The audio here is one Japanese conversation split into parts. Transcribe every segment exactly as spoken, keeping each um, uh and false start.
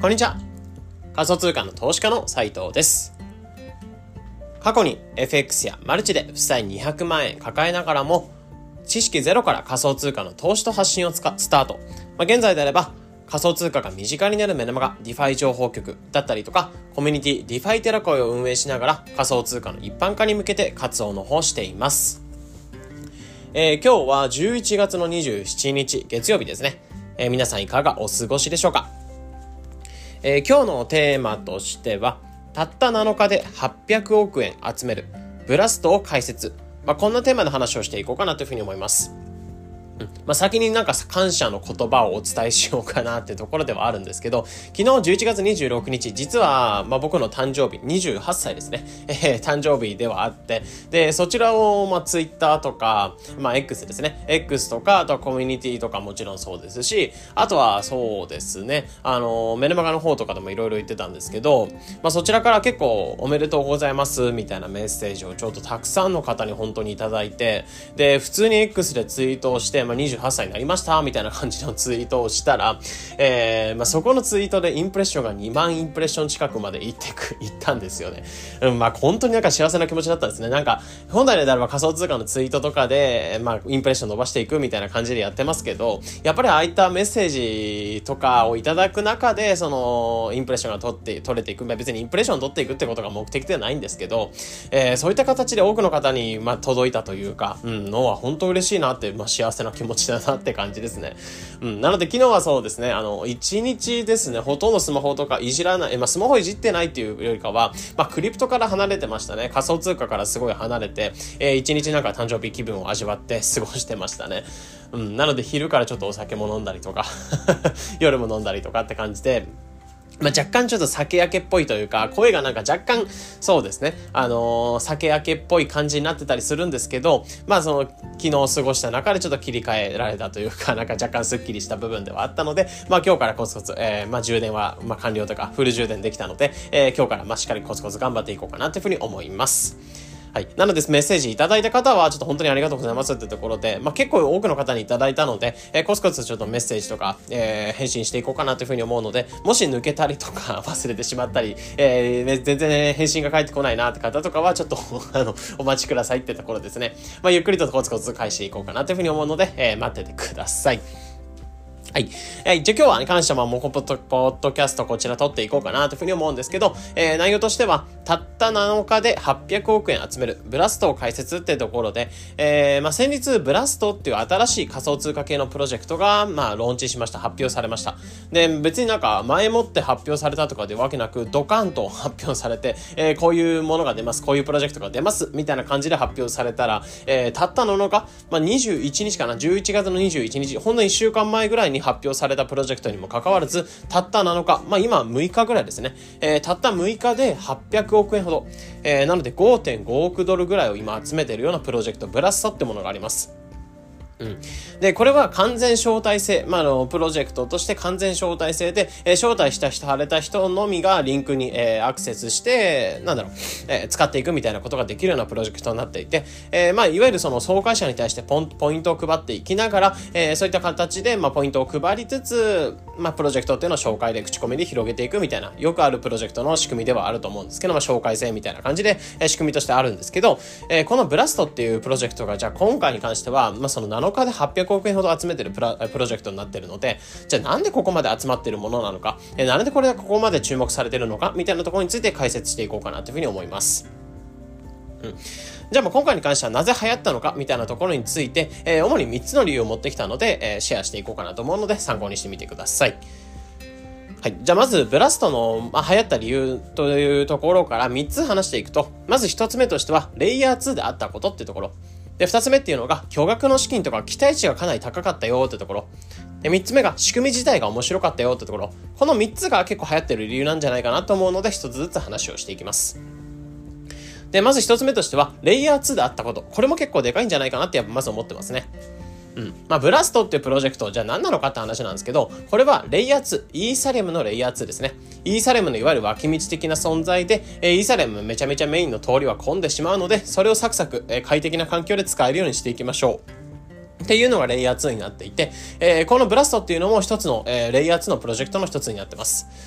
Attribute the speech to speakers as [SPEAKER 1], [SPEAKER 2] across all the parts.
[SPEAKER 1] こんにちは。仮想通貨の投資家の斉藤です。過去に エフエックス やマルチで負債にひゃくまんえん抱えながらも知識ゼロから仮想通貨の投資と発信をスタート、まあ、現在であれば仮想通貨が身近になるメルマガ ディファイ 情報局だったりとかコミュニティ ディファイ テラコイを運営しながら仮想通貨の一般化に向けて活動の方をしています。えー、今日はじゅういちがつのにじゅうしちにち月曜日ですね。えー、皆さんいかがお過ごしでしょうか。えー、今日のテーマとしてはたったなのかではっぴゃくおくえん集めるブラストを解説、まあ、こんなテーマの話をしていこうかなというふうに思います。うんまあ、先になんか感謝の言葉をお伝えしようかなっていうところではあるんですけど、昨日じゅういちがつにじゅうろくにち実はまあ僕の誕生日にじゅうはっさいですね、えー、誕生日ではあって、でそちらをまあツイッターとかまあ X ですね X とかあとはコミュニティとかもちろんそうですし、あとはそうですねあのメルマガの方とかでもいろいろ言ってたんですけど、まあ、そちらから結構おめでとうございますみたいなメッセージをちょっとたくさんの方に本当にいただいて、で普通に X でツイートをしてまあにじゅうはっさいになりましたみたいな感じのツイートをしたら、えーまあ、そこのツイートでインプレッションがにまんインプレッション近くまでいってくいったんですよね。うん、まあ本当になんか幸せな気持ちだったんですね。なんか本来であれば仮想通貨のツイートとかで、まあ、インプレッション伸ばしていくみたいな感じでやってますけど、やっぱりああいったメッセージとかをいただく中でそのインプレッションが取って取れていく、まあ、別にインプレッションを取っていくってことが目的ではないんですけど、えー、そういった形で多くの方に、まあ、届いたというか、うん、のは本当嬉しいなって、まあ、幸せな気持ちだなって感じですね。うん、なので昨日はそうですね、あのいちにちですね、ほとんどスマホとかいじらない、まあ、スマホいじってないっていうよりかは、まあ、クリプトから離れてましたね。仮想通貨からすごい離れて、えー、いちにちなんか誕生日気分を味わって過ごしてましたね。うん、なので昼からちょっとお酒も飲んだりとか夜も飲んだりとかって感じで、まあ、若干ちょっと酒焼けっぽいというか、声がなんか若干そうですね、あのー、酒焼けっぽい感じになってたりするんですけど、まあその昨日過ごした中でちょっと切り替えられたというか、なんか若干スッキリした部分ではあったので、まあ今日からコツコツ、えー、まあ充電はまあ完了というかフル充電できたので、えー、今日からまあしっかりコツコツ頑張っていこうかなというふうに思います。はい。なので、メッセージいただいた方は、ちょっと本当にありがとうございますってところで、まあ結構多くの方にいただいたので、えー、コツコツちょっとメッセージとか、えー、返信していこうかなというふうに思うので、もし抜けたりとか忘れてしまったり、えー、全然返信が返ってこないなって方とかは、ちょっと、あの、お待ちくださいってところですね。まあゆっくりとコツコツ返していこうかなというふうに思うので、えー、待っててください。はい。えー、じゃあ今日はに関してはもうポッドキャストこちら撮っていこうかなというふうに思うんですけど、えー、内容としては、たったなのかではっぴゃくおくえん集めるブラストを解説っていうところで、えー、まあ先日ブラストっていう新しい仮想通貨系のプロジェクトが、まあローンチしました。発表されました。で、別になんか前もって発表されたとかでわけなく、ドカンと発表されて、えー、こういうものが出ます、こういうプロジェクトが出ます、みたいな感じで発表されたら、えー、たったなのか、まあにじゅういちにちかな、じゅういちがつのにじゅういちにち、ほんのいっしゅうかんまえぐらいに発表されたプロジェクトにもかかわらず、たったなのか、まあ今むいかぐらいですね、えー、たったむいかではっぴゃくおくえんほど、えー、なので ごてんごおくドルぐらいを今集めているようなプロジェクト、ブラストってものがあります。うん、でこれは完全招待制、まあ、あのプロジェクトとして完全招待制で、えー、招待した人、された人のみがリンクに、えー、アクセスしてなんだろう、えー、使っていくみたいなことができるようなプロジェクトになっていて、えーまあ、いわゆるその総会者に対してポンポイントを配っていきながら、えー、そういった形で、まあ、ポイントを配りつつ、まあ、プロジェクトっていうのを紹介で口コミで広げていくみたいな、よくあるプロジェクトの仕組みではあると思うんですけど、まあ、紹介制みたいな感じで、えー、仕組みとしてあるんですけど、えー、このブラストっていうプロジェクトがじゃあ今回に関しては、まあ、そのなのかではっぴゃくおくえんほど集めてるプロ、プロジェクトになってるので、じゃあなんでここまで集まってるものなのか、えー、なんでこれがここまで注目されてるのかみたいなところについて解説していこうかなというふうに思います。うん、じゃあまあ今回に関してはなぜ流行ったのかみたいなところについて、えー、主にみっつの理由を持ってきたので、えー、シェアしていこうかなと思うので参考にしてみてください。はい。じゃあまずブラストの、まあ、流行った理由というところからみっつ話していくと、まずひとつめとしてはレイヤーツーであったことっていうところで、ふたつめっていうのが巨額の資金とか期待値がかなり高かったよってところで、みっつめが仕組み自体が面白かったよってところ、このみっつが結構流行ってる理由なんじゃないかなと思うので、ひとつずつ話をしていきます。で、まずひとつめとしてはレイヤーツーであったこと、これも結構でかいんじゃないかなってやっぱまず思ってますね。うん。まあ、ブラストっていうプロジェクト、じゃあ何なのかって話なんですけど、これはレイヤーツー、イーサレムのレイヤーツーですね。イーサレムのいわゆる脇道的な存在で、えー、イーサレムめちゃめちゃメインの通りは混んでしまうので、それをサクサク、えー、快適な環境で使えるようにしていきましょう。っていうのがレイヤーツーになっていて、えー、このブラストっていうのも一つの、えー、レイヤーツーのプロジェクトの一つになってます。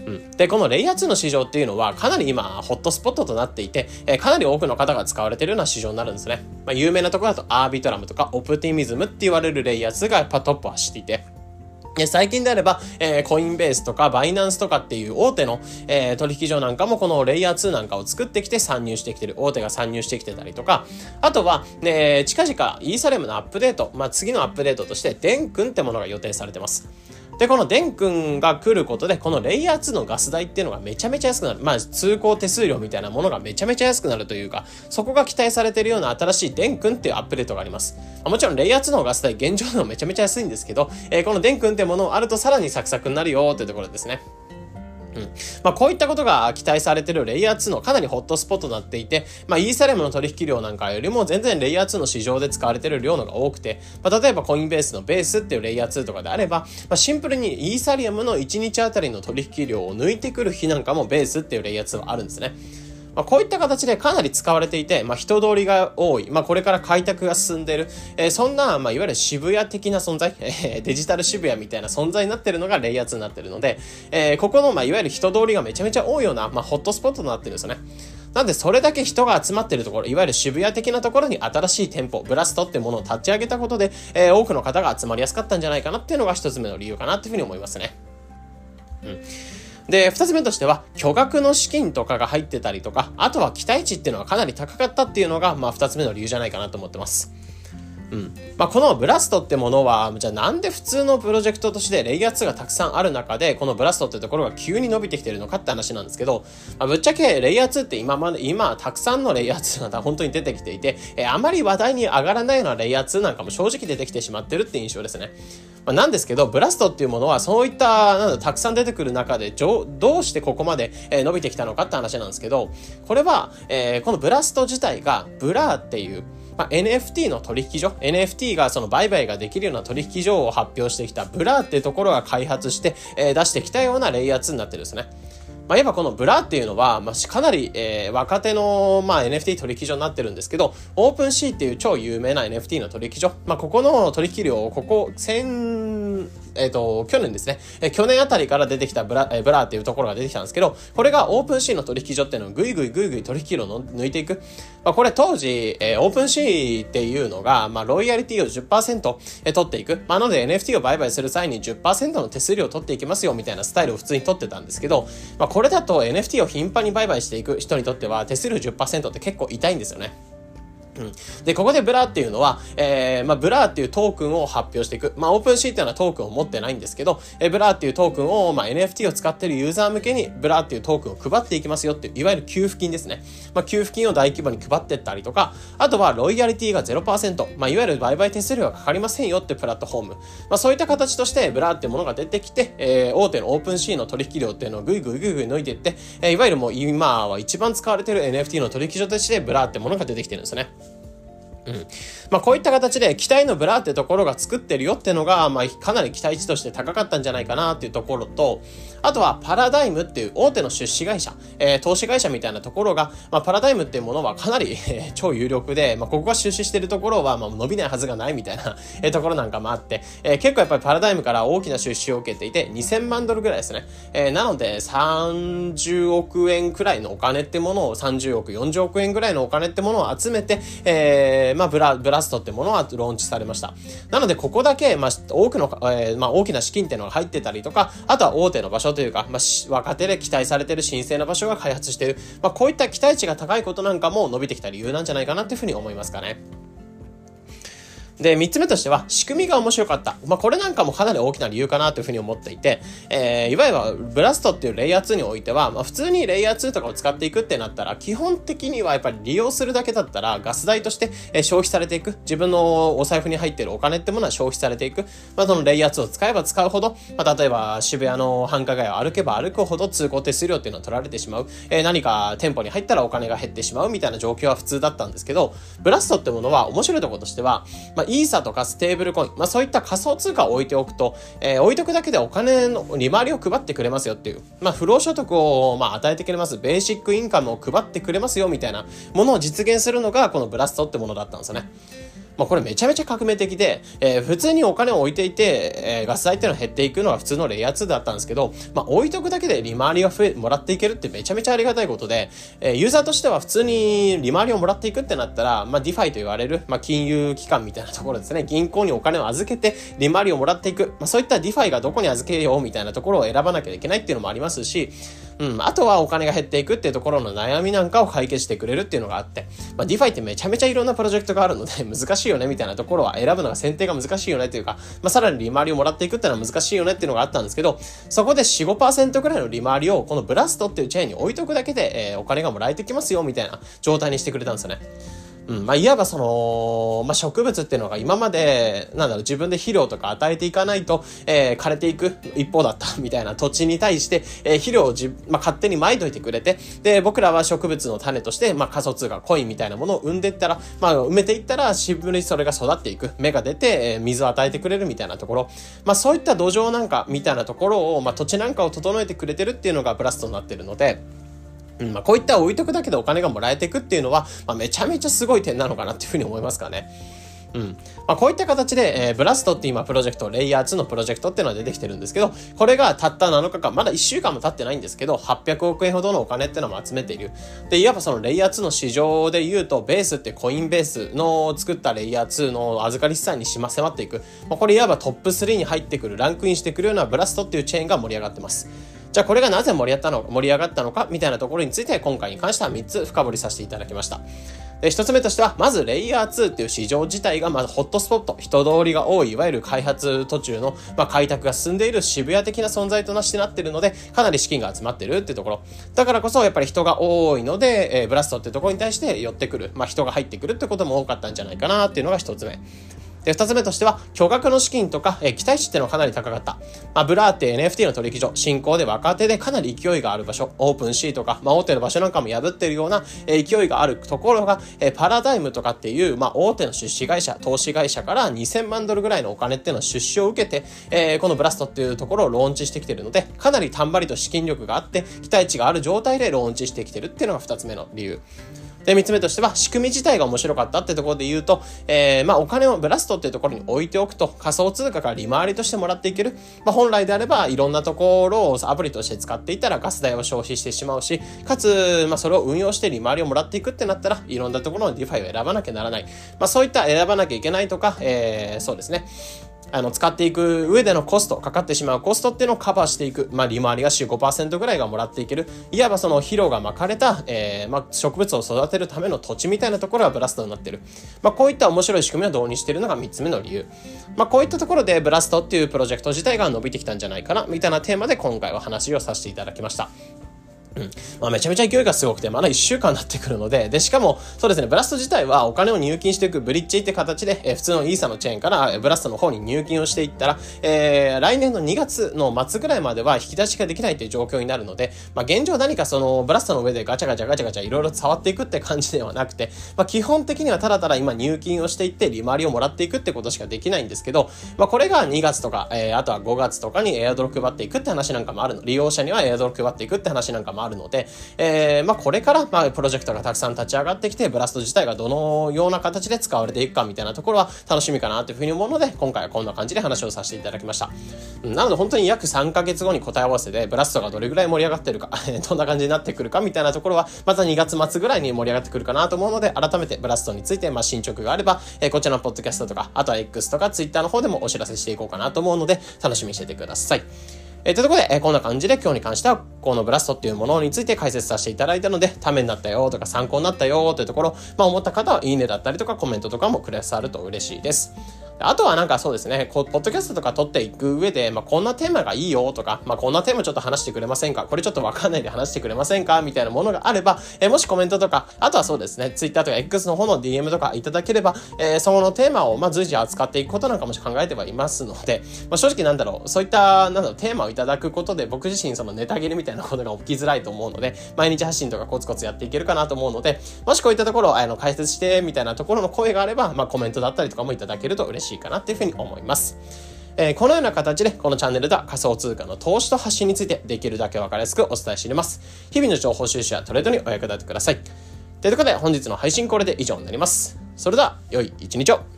[SPEAKER 1] うん、で、このレイヤーツーの市場っていうのはかなり今ホットスポットとなっていて、えー、かなり多くの方が使われているような市場になるんですね。まあ、有名なところだとアービトラムとかオプティミズムって言われるレイヤーツーがやっぱトップを走っていて、で最近であれば、えー、コインベースとかバイナンスとかっていう大手の、えー、取引所なんかもこのレイヤーツーなんかを作ってきて参入してきてる、大手が参入してきてたりとか、あとは、ね、近々イーサレムのアップデート、まあ、次のアップデートとしてデン君ってものが予定されてます。で、このデン君が来ることで、このレイヤーツーのガス代っていうのがめちゃめちゃ安くなる。まあ、通行手数料みたいなものがめちゃめちゃ安くなるというか、そこが期待されているような新しいデン君っていうアップデートがあります。もちろんレイヤーツーのガス代現状でもめちゃめちゃ安いんですけど、えー、このデン君ってものがあるとさらにサクサクになるよっていうところですね。うん。まあ、こういったことが期待されているレイヤーツーのかなりホットスポットになっていて、まあ、イーサレムの取引量なんかよりも全然レイヤーツーの市場で使われている量のが多くて、まあ、例えばコインベースのベースっていうレイヤーツーとかであれば、まあ、シンプルにイーサリアムのいちにちあたりの取引量を抜いてくる日なんかもベースっていうレイヤーツーはあるんですね。まあ、こういった形でかなり使われていて、まあ、人通りが多い、まあ、これから開拓が進んでいる、えー、そんな、まあ、いわゆる渋谷的な存在、えー、デジタル渋谷みたいな存在になっているのがレイヤーツーになっているので、えー、ここの、まあ、いわゆる人通りがめちゃめちゃ多いような、まあ、ホットスポットになっているんですよね。なんでそれだけ人が集まっているところ、いわゆる渋谷的なところに新しい店舗、ブラストってものを立ち上げたことで、えー、多くの方が集まりやすかったんじゃないかなっていうのが一つ目の理由かなっていうふうに思いますね。うん。で、二つ目としては、巨額の資金とかが入ってたりとか、あとは期待値っていうのがかなり高かったっていうのが、まあ二つ目の理由じゃないかなと思ってます。うん。まあ、このブラストってものは、じゃあなんで普通のプロジェクトとしてレイヤーツーがたくさんある中で、このブラストってところが急に伸びてきてるのかって話なんですけど、まあ、ぶっちゃけレイヤーツーって今まで、今たくさんのレイヤーツーが本当に出てきていて、えー、あまり話題に上がらないようなレイヤーツーなんかも正直出てきてしまってるって印象ですね。まあ、なんですけど、ブラストっていうものはそういったなんだたくさん出てくる中でどうしてここまで伸びてきたのかって話なんですけど、これは、えー、このブラスト自体がブラーっていうまあ、エヌエフティー の取引所 エヌエフティー がその売買ができるような取引所を発表してきたブラーっていうところが開発して、えー、出してきたようなレイヤーツーになってるんですね。まあ、いえばこのブラっていうのは、まあ、かなり、えー、若手の、まあ、エヌエフティー 取引所になってるんですけど、オープンシーっていう超有名な エヌエフティー の取引所、まあ、ここの取引量をここ先えっと、去年ですね、え去年あたりから出てきたブラ、えブラーっていうところが出てきたんですけど、これがオープンシーの取引所っていうのをぐいぐいぐいぐい取引量を抜いていく。まあ、これ当時、えー、オープンシーっていうのが、まあ、ロイヤリティを じゅっパーセント 取っていく。まあ、なので エヌエフティー を売買する際に じゅっパーセント の手数料を取っていきますよみたいなスタイルを普通に取ってたんですけど、まあ、これだと エヌエフティー を頻繁に売買していく人にとっては手数料 じゅっパーセント って結構痛いんですよね。うん、で、ここでブラーっていうのは、えー、まあ、ブラーっていうトークンを発表していく。まあ、オープンシーっていうのはトークンを持ってないんですけど、えー、ブラーっていうトークンを、まあ、エヌエフティー を使っているユーザー向けに、ブラーっていうトークンを配っていきますよっていう、いわゆる給付金ですね。まあ、給付金を大規模に配っていったりとか、あとは、ロイヤリティが ゼロパーセント。まあ、いわゆる売買手数料がかかりませんよってプラットフォーム。まあ、そういった形として、ブラーっていうものが出てきて、えー、大手のオープンシーの取引量っていうのをぐいぐいぐいぐい抜いていって、えー、いわゆるもう今は一番使われている エヌエフティー の取引所として、ブラーってものが出てきてるんですね。うん。まあこういった形で期待のブラーってところが作ってるよってのが、まあかなり期待値として高かったんじゃないかなっていうところと、あとはパラダイムっていう大手の出資会社、えー、投資会社みたいなところが、まあパラダイムっていうものはかなり、えー、超有力で、まあここが出資してるところはまあ伸びないはずがないみたいな、えー、ところなんかもあって、えー、結構やっぱりパラダイムから大きな出資を受けていてにせんまんドルぐらいですね。えー、なのでさんじゅうおくえんくらいのお金ってものをさんじゅうおく、よんじゅうおくえんぐらいのお金ってものを集めて、えー、まあブラ、ブラストってものはローンチされました。なのでここだけ、まあ、多くの、えー、まあ大きな資金っていうのが入ってたりとか、あとは大手の場所というか、まあ、若手で期待されている神聖な場所が開発している、まあこういった期待値が高いことなんかも伸びてきた理由なんじゃないかなっていうふうに思いますかね。で、三つ目としては、仕組みが面白かった。まあ、これなんかもかなり大きな理由かなというふうに思っていて、えー、いわゆるブラストっていうレイヤーツーにおいては、まあ、普通にレイヤーツーとかを使っていくってなったら、基本的にはやっぱり利用するだけだったら、ガス代として消費されていく。自分のお財布に入っているお金ってものは消費されていく。まあ、そのレイヤーツーを使えば使うほど、まあ、例えば渋谷の繁華街を歩けば歩くほど通行手数料っていうのは取られてしまう。えー、何か店舗に入ったらお金が減ってしまうみたいな状況は普通だったんですけど、ブラストってものは面白いところとしては、まあ、イーサとかステテーブルコイン、まあそういった仮想通貨を置いておくと、えー、置いとくだけでお金の利回りを配ってくれますよっていう、まあ不労所得をまあ与えてくれます、ベーシックインカムを配ってくれますよみたいなものを実現するのがこのブラストってものだったんですよね。 まあこれめちゃめちゃ革命的で、えー、普通にお金を置いていて、えー、ガス代っていうのは減っていくのは普通のレイヤーツーだったんですけど、まあ置いとくだけで利回りが増え、もらっていけるってめちゃめちゃありがたいことで、えー、ユーザーとしては普通に利回りをもらっていくってなったら、まあディファイと言われる、まあ金融機関みたいなところですね、銀行にお金を預けて利回りをもらっていく、まあそういったディファイがどこに預けようみたいなところを選ばなきゃいけないっていうのもありますし、うん、あとはお金が減っていくっていうところの悩みなんかを解決してくれるっていうのがあって、まあ、ディファイってめちゃめちゃいろんなプロジェクトがあるので難しいよねみたいなところは選ぶのが選定が難しいよねっていうか、まあ、さらに利回りをもらっていくっていうのは難しいよねっていうのがあったんですけど、そこで よん、ごパーセント ぐらいの利回りをこのブラストっていうチェーンに置いとくだけで、えー、お金がもらえてきますよみたいな状態にしてくれたんですよね。うん、まあ、いわばその、まあ、植物っていうのが今まで、なんだろう、自分で肥料とか与えていかないと、えー、枯れていく一方だったみたいな土地に対して、えー、肥料をじ、まあ、勝手に撒いといてくれて、で、僕らは植物の種として、まあ、仮想通貨、コインみたいなものを生んでいったら、まあ、埋めていったら、渋にそれが育っていく、芽が出て、えー、水を与えてくれるみたいなところ、まあ、そういった土壌なんか、みたいなところを、まあ、土地なんかを整えてくれてるっていうのがブラストになってるので、うんまあ、こういった置いとくだけでお金がもらえていくっていうのは、まあ、めちゃめちゃすごい点なのかなっていうふうに思いますかね。うん。まあ、こういった形で、えー、ブラストって今プロジェクト、レイヤーツーのプロジェクトっていうのは出てきてるんですけど、これがたったなのかかん、まだいっしゅうかんも経ってないんですけど、はっぴゃくおくえんほどのお金っていうのも集めている。で、いわばそのレイヤーツーの市場で言うと、ベースってコインベースの作ったレイヤーツーの預かり資産にしま迫っていく。まあ、これいわばトップスリーに入ってくる、ランクインしてくるようなブラストっていうチェーンが盛り上がってます。じゃあこれがなぜ盛り上がったの、盛り上がったのかみたいなところについて今回に関してはみっつ深掘りさせていただきました。で、ひとつめとしては、まずレイヤーツーっていう市場自体がまずホットスポット、人通りが多い、いわゆる開発途中の、まあ、開拓が進んでいる渋谷的な存在となしてなっているので、かなり資金が集まってるっていうところ。だからこそやっぱり人が多いので、えー、ブラストっていうところに対して寄ってくる、まあ、人が入ってくるってことも多かったんじゃないかなっていうのがひとつめ。で、二つ目としては、巨額の資金とか、えー、期待値っていうのはかなり高かった。まあ、ブラーって エヌエフティー の取引所、新興で若手でかなり勢いがある場所、オープンシーとか、まあ、大手の場所なんかも破ってるような、えー、勢いがあるところが、えー、パラダイムとかっていう、まあ、大手の出資会社、投資会社からにせんまんドルぐらいのお金っていうのを出資を受けて、えー、このブラストっていうところをローンチしてきてるので、かなりたんばりと資金力があって、期待値がある状態でローンチしてきてるっていうのが二つ目の理由。で、三つ目としては、仕組み自体が面白かったってところで言うと、えー、まあ、お金をブラストっていうところに置いておくと、仮想通貨から利回りとしてもらっていける。まあ、本来であれば、いろんなところをアプリとして使っていったらガス代を消費してしまうし、かつ、まあ、それを運用して利回りをもらっていくってなったら、いろんなところのディファイを選ばなきゃならない。まあ、そういった選ばなきゃいけないとか、えー、そうですね。あの、使っていく上でのコスト、かかってしまうコストっていうのをカバーしていく。まあ、利回りが よん、ごパーセント ぐらいがもらっていける。いわばその肥料が巻かれた、えー、まあ、植物を育てるための土地みたいなところがブラストになってる。まあ、こういった面白い仕組みを導入しているのがみっつめの理由。まあ、こういったところでブラストっていうプロジェクト自体が伸びてきたんじゃないかな、みたいなテーマで今回は話をさせていただきました。うん。まあ、めちゃめちゃ勢いがすごくて、まだいっしゅうかんになってくるので、で、しかも、そうですね、ブラスト自体はお金を入金していくブリッジって形で、えー、普通のイーサのチェーンから、ブラストの方に入金をしていったら、えー、来年のにがつの末ぐらいまでは引き出しができないという状況になるので、まあ、現状何かその、ブラストの上でガチャガチャガチャガチャいろいろ触っていくって感じではなくて、まあ、基本的にはただただ今入金をしていって利回りをもらっていくってことしかできないんですけど、まあ、これがにがつとか、えー、あとはごがつとかにエアドロ配っていくって話なんかもあるの、利用者にはエアドロ配っていくって話なんかもあるので、えーえー、まあこれから、まあ、プロジェクトがたくさん立ち上がってきて、ブラスト自体がどのような形で使われていくかみたいなところは楽しみかなというふうに思うので、今回はこんな感じで話をさせていただきました。なので本当に約さんかげつごに答え合わせで、ブラストがどれぐらい盛り上がってるか、どんな感じになってくるかみたいなところは、またにがつまつぐらいに盛り上がってくるかなと思うので、改めてブラストについて、まあ進捗があれば、えー、こちらのポッドキャストとか、あとは X とか Twitter の方でもお知らせしていこうかなと思うので、楽しみにしててください。えー、というところで、えー、こんな感じで今日に関しては、このブラストっていうものについて解説させていただいたので、ためになったよとか参考になったよというところ、まあ思った方はいいねだったりとかコメントとかもくださると嬉しいです。あとはなんかそうですね、こう、ポッドキャストとか撮っていく上で、まあ、こんなテーマがいいよとか、まあ、こんなテーマちょっと話してくれませんか、これちょっとわかんないで話してくれませんかみたいなものがあれば、えー、もしコメントとか、あとはそうですね、Twitter とか X の方の ディーエム とかいただければ、えー、そのテーマを、まあ、随時扱っていくことなんかも考えてはいますので、まあ、正直なんだろう、そういった、なんだろう、テーマをいただくことで、僕自身そのネタ切れみたいなことが起きづらいと思うので、毎日発信とかコツコツやっていけるかなと思うので、もしこういったところを、あの、解説して、みたいなところの声があれば、まあ、コメントだったりとかもいただけると嬉しいかなっていうふうに思います。思います。えー、このような形でこのチャンネルでは仮想通貨の投資と発信についてできるだけ分かりやすくお伝えしています。日々の情報収集やトレードにお役立てください。ということで本日の配信これで以上になります。それでは良い一日を。